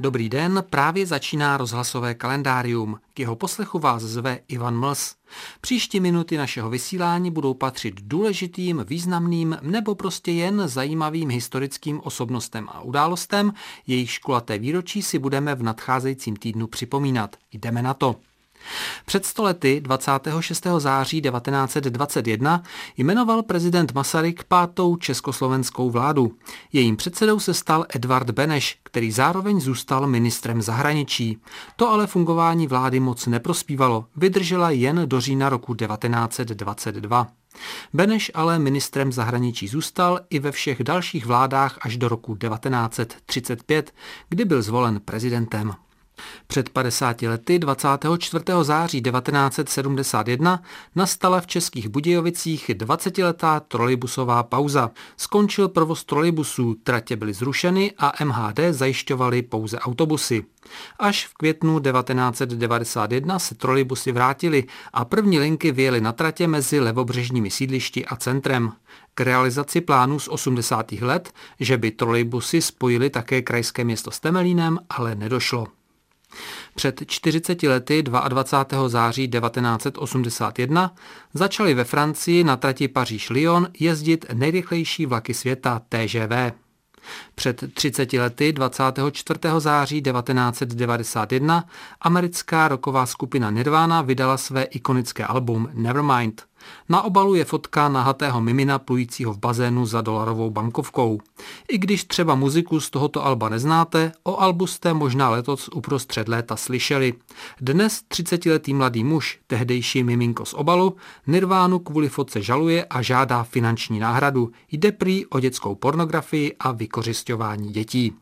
Dobrý den, právě začíná rozhlasové kalendárium. K jeho poslechu vás zve Ivan Mls. Příští minuty našeho vysílání budou patřit důležitým, významným nebo prostě jen zajímavým historickým osobnostem a událostem, jejichž kulaté výročí si budeme v nadcházejícím týdnu připomínat. Jdeme na to. Před 100 lety, 26. září 1921, jmenoval prezident Masaryk 5. československou vládu. Jejím předsedou se stal Edvard Beneš, který zároveň zůstal ministrem zahraničí. To ale fungování vlády moc neprospívalo, vydržela jen do října roku 1922. Beneš ale ministrem zahraničí zůstal i ve všech dalších vládách až do roku 1935, kdy byl zvolen prezidentem. Před 50 lety 24. září 1971 nastala v Českých Budějovicích 20letá trolejbusová pauza. Skončil provoz trolejbusů, tratě byly zrušeny a MHD zajišťovaly pouze autobusy. Až v květnu 1991 se trolejbusy vrátily a první linky vyjely na tratě mezi levobřežními sídlišti a centrem. K realizaci plánu z 80. let, že by trolejbusy spojily také krajské město s Temelínem, ale nedošlo. Před 40 lety 22. září 1981 začaly ve Francii na trati Paříž-Lyon jezdit nejrychlejší vlaky světa TGV. Před 30 lety 24. září 1991 americká rocková skupina Nirvana vydala své ikonické album Nevermind. Na obalu je fotka nahatého mimina plujícího v bazénu za dolarovou bankovkou. I když třeba muziku z tohoto alba neznáte, o albu jste možná letos uprostřed léta slyšeli. Dnes 30letý mladý muž, tehdejší miminko z obalu, Nirvánu kvůli fotce žaluje a žádá finanční náhradu. Jde prý o dětskou pornografii a vykořisťování dětí.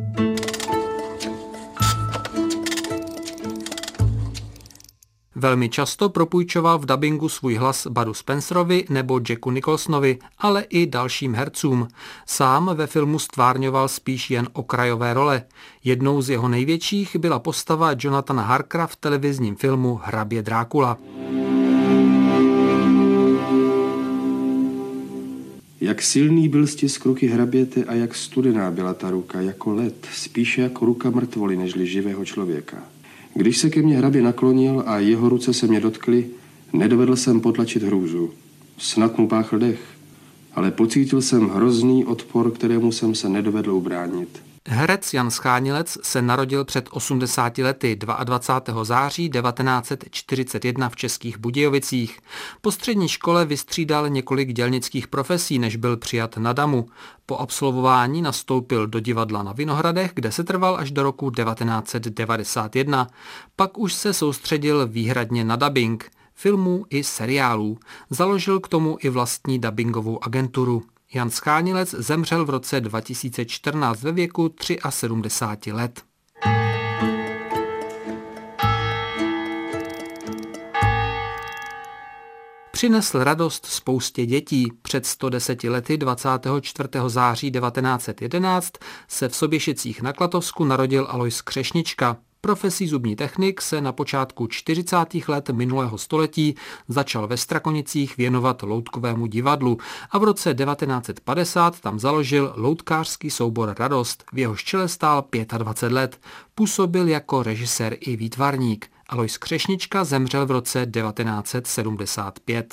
Velmi často propůjčoval v dabingu svůj hlas Budu Spencerovi nebo Jacku Nicholsonovi, ale i dalším hercům. Sám ve filmu stvárňoval spíš jen okrajové role. Jednou z jeho největších byla postava Jonathana Harkera v televizním filmu Hrabě Drákula. Jak silný byl stisk ruky hraběte a jak studená byla ta ruka, jako led, spíše jako ruka mrtvoly, nežli živého člověka. Když se ke mně hrabě naklonil a jeho ruce se mě dotkly, nedovedl jsem potlačit hrůzu. Snad mu páchl dech, ale pocítil jsem hrozný odpor, kterému jsem se nedovedl ubránit. Herec Jan Schánilec se narodil před 80 lety 22. září 1941 v Českých Budějovicích. Po střední škole vystřídal několik dělnických profesí, než byl přijat na Damu. Po absolvování nastoupil do divadla na Vinohradech, kde se trval až do roku 1991. Pak už se soustředil výhradně na dabing, filmů i seriálů. Založil k tomu i vlastní dabingovou agenturu. Jan Schánilec zemřel v roce 2014 ve věku 73 let. Přinesl radost spoustě dětí. Před 110 lety 24. září 1911 se v Soběšicích na Klatovsku narodil Alois Křešnička. Profesí zubní technik se na počátku 40. let minulého století začal ve Strakonicích věnovat loutkovému divadlu a v roce 1950 tam založil loutkářský soubor Radost, v jehož čele stál 25 let. Působil jako režisér i výtvarník. Alois Křešnička zemřel v roce 1975.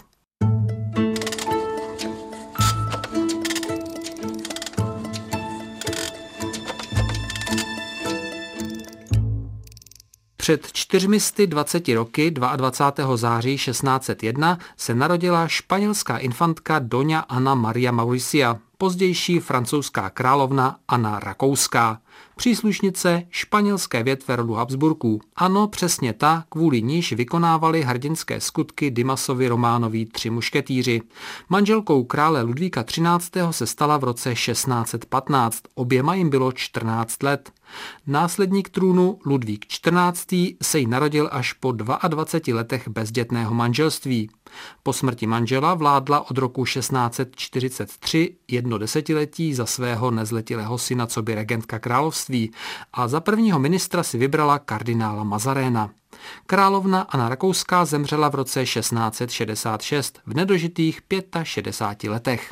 Před 420 roky, 22. září 1601, se narodila španělská infantka Doña Ana Maria Mauricia, pozdější francouzská královna Anna Rakouská, příslušnice španělské větve rodu Habsburků. Ano, přesně ta, kvůli níž vykonávali hrdinské skutky Dimasovi Románovi 3 mušketýři. Manželkou krále Ludvíka XIII. Se stala v roce 1615, oběma jim bylo 14 let. Následník trůnu Ludvík XIV. Se jí narodil až po 22 letech bezdětného manželství. Po smrti manžela vládla od roku 1643 jedno desetiletí za svého nezletilého syna coby regentka království a za prvního ministra si vybrala kardinála Mazaréna. Královna Anna Rakouská zemřela v roce 1666 v nedožitých 65 letech.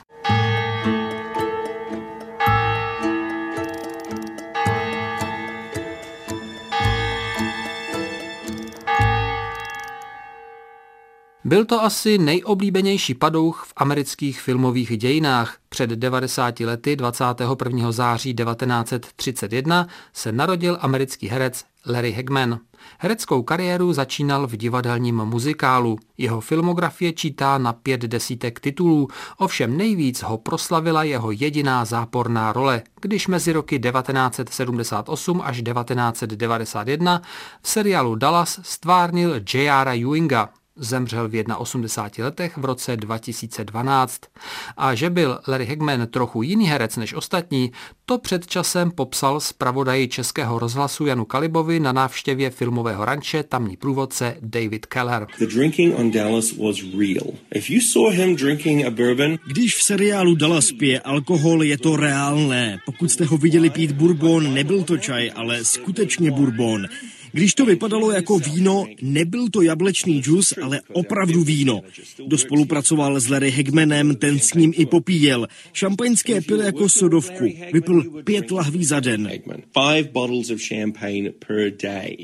Byl to asi nejoblíbenější padouch v amerických filmových dějinách. Před 90 lety 21. září 1931 se narodil americký herec Larry Hagman. Hereckou kariéru začínal v divadelním muzikálu. Jeho filmografie čítá na 5 desítek titulů, ovšem nejvíc ho proslavila jeho jediná záporná role, když mezi roky 1978 až 1991 v seriálu Dallas stvárnil J.R. Ewinga. Zemřel v 81 letech v roce 2012. A že byl Larry Hagman trochu jiný herec než ostatní, to před časem popsal zpravodaji Českého rozhlasu Janu Kalibovi na návštěvě filmového ranče tamní průvodce David Keller. The drinking on Dallas was real. If you saw him drinking a bourbon, když v seriálu Dallas pije alkohol, je to reálné. Pokud jste ho viděli pít bourbon, nebyl to čaj, ale skutečně bourbon. Když to vypadalo jako víno, nebyl to jablečný džus, ale opravdu víno. Kdo spolupracoval s Larry Hagmanem, ten s ním i popíjel. Šampaňské pil jako sodovku. Vypil 5 lahví za den. 5 bottles of champagne per day.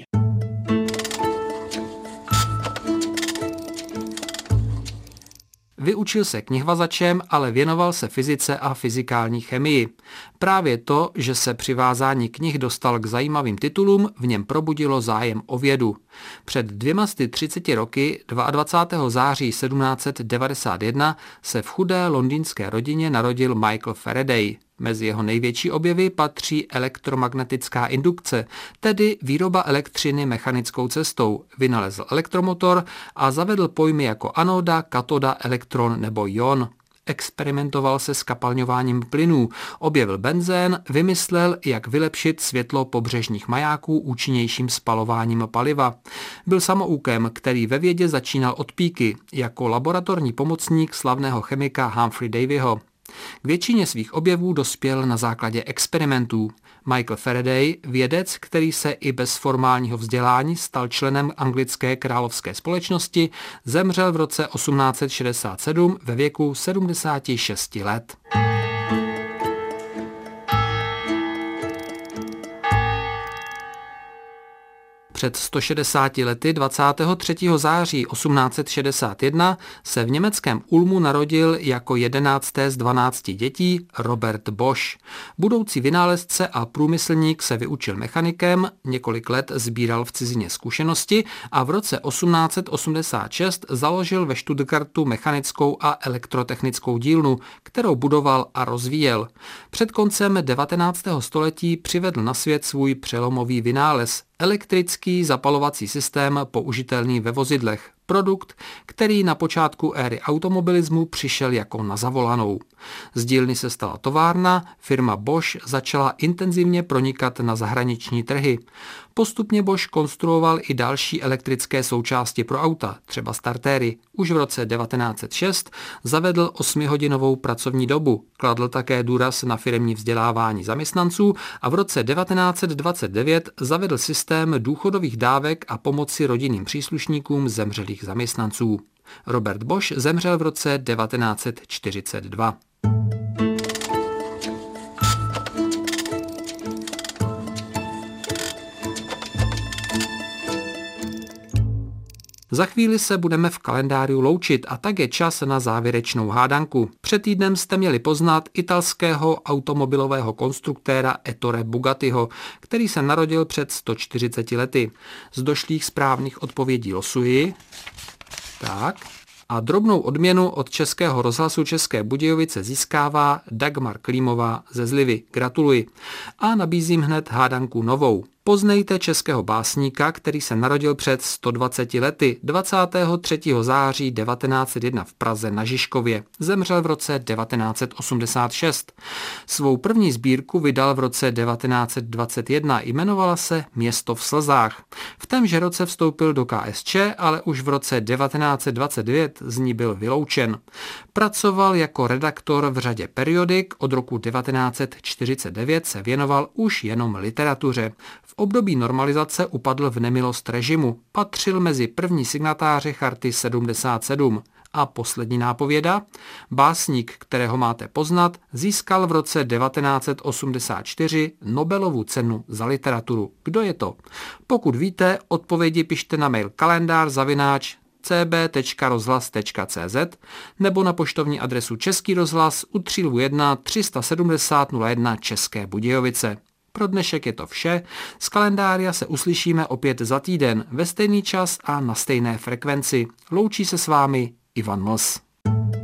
Vyučil se knihvazačem, ale věnoval se fyzice a fyzikální chemii. Právě to, že se při vázání knih dostal k zajímavým titulům, v něm probudilo zájem o vědu. Před 230 roky, 22. září 1791, se v chudé londýnské rodině narodil Michael Faraday. Mezi jeho největší objevy patří elektromagnetická indukce, tedy výroba elektřiny mechanickou cestou. Vynalezl elektromotor a zavedl pojmy jako anoda, katoda, elektron nebo ion. Experimentoval se s kapalňováním plynů, objevil benzén, vymyslel, jak vylepšit světlo pobřežních majáků účinnějším spalováním paliva. Byl samoukem, který ve vědě začínal od píky, jako laboratorní pomocník slavného chemika Humphrey Davyho. K většině svých objevů dospěl na základě experimentů. Michael Faraday, vědec, který se i bez formálního vzdělání stal členem anglické královské společnosti, zemřel v roce 1867 ve věku 76 let. Před 160 lety 23. září 1861 se v německém Ulmu narodil jako 11. z 12 dětí Robert Bosch. Budoucí vynálezce a průmyslník se vyučil mechanikem, několik let sbíral v cizině zkušenosti a v roce 1886 založil ve Stuttgartu mechanickou a elektrotechnickou dílnu, kterou budoval a rozvíjel. Před koncem 19. století přivedl na svět svůj přelomový vynález, elektrický zapalovací systém použitelný ve vozidlech. Produkt, který na počátku éry automobilismu přišel jako na zavolanou. Z dílny se stala továrna, firma Bosch začala intenzivně pronikat na zahraniční trhy. Postupně Bosch konstruoval i další elektrické součásti pro auta, třeba startéry. Už v roce 1906 zavedl 8hodinovou pracovní dobu, kladl také důraz na firemní vzdělávání zaměstnanců a v roce 1929 zavedl systém důchodových dávek a pomoci rodinným příslušníkům zemřelých zaměstnanců. Robert Bosch zemřel v roce 1942. Za chvíli se budeme v kalendáriu loučit a tak je čas na závěrečnou hádanku. Před týdnem jste měli poznat italského automobilového konstruktéra Ettore Bugattiho, který se narodil před 140 lety. Z došlých správných odpovědí losuji. Tak. A drobnou odměnu od Českého rozhlasu České Budějovice získává Dagmar Klímová ze Zlivy. Gratuluji. A nabízím hned hádanku novou. Poznejte českého básníka, který se narodil před 120 lety 23. září 1901 v Praze na Žižkově. Zemřel v roce 1986. Svou první sbírku vydal v roce 1921, jmenovala se Město v slzách. V témže roce vstoupil do KSČ, ale už v roce 1929 z ní byl vyloučen. Pracoval jako redaktor v řadě periodik, od roku 1949 se věnoval už jenom literatuře. V období normalizace upadl v nemilost režimu, patřil mezi první signatáře Charty 77. A poslední nápověda, básník, kterého máte poznat, získal v roce 1984 Nobelovu cenu za literaturu. Kdo je to? Pokud víte, odpovědi pište na mail kalendář@ cb.rozhlas.cz nebo na poštovní adresu Český rozhlas u 301 370 01 České Budějovice. Pro dnešek je to vše. Z kalendária se uslyšíme opět za týden ve stejný čas a na stejné frekvenci. Loučí se s vámi Ivan Mls.